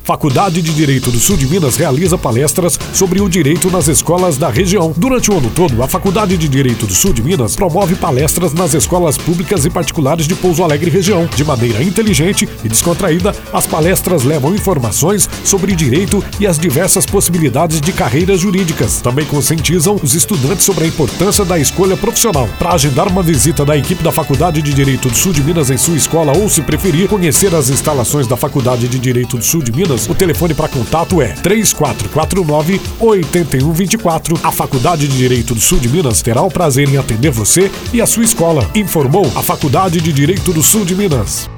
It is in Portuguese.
Faculdade de Direito do Sul de Minas realiza palestras sobre o direito nas escolas da região. Durante o ano todo, a Faculdade de Direito do Sul de Minas promove palestras nas escolas públicas e particulares de Pouso Alegre região. De maneira inteligente e descontraída, as palestras levam informações sobre direito e as diversas possibilidades de carreiras jurídicas. Também conscientizam os estudantes sobre a importância da escolha profissional. Para agendar uma visita da equipe da Faculdade de Direito do Sul de Minas em sua escola ou, se preferir, conhecer as instalações da Faculdade de Direito do Sul de Minas, o telefone para contato é 3449-8124. A Faculdade de Direito do Sul de Minas terá o prazer em atender você e a sua escola. Informou a Faculdade de Direito do Sul de Minas.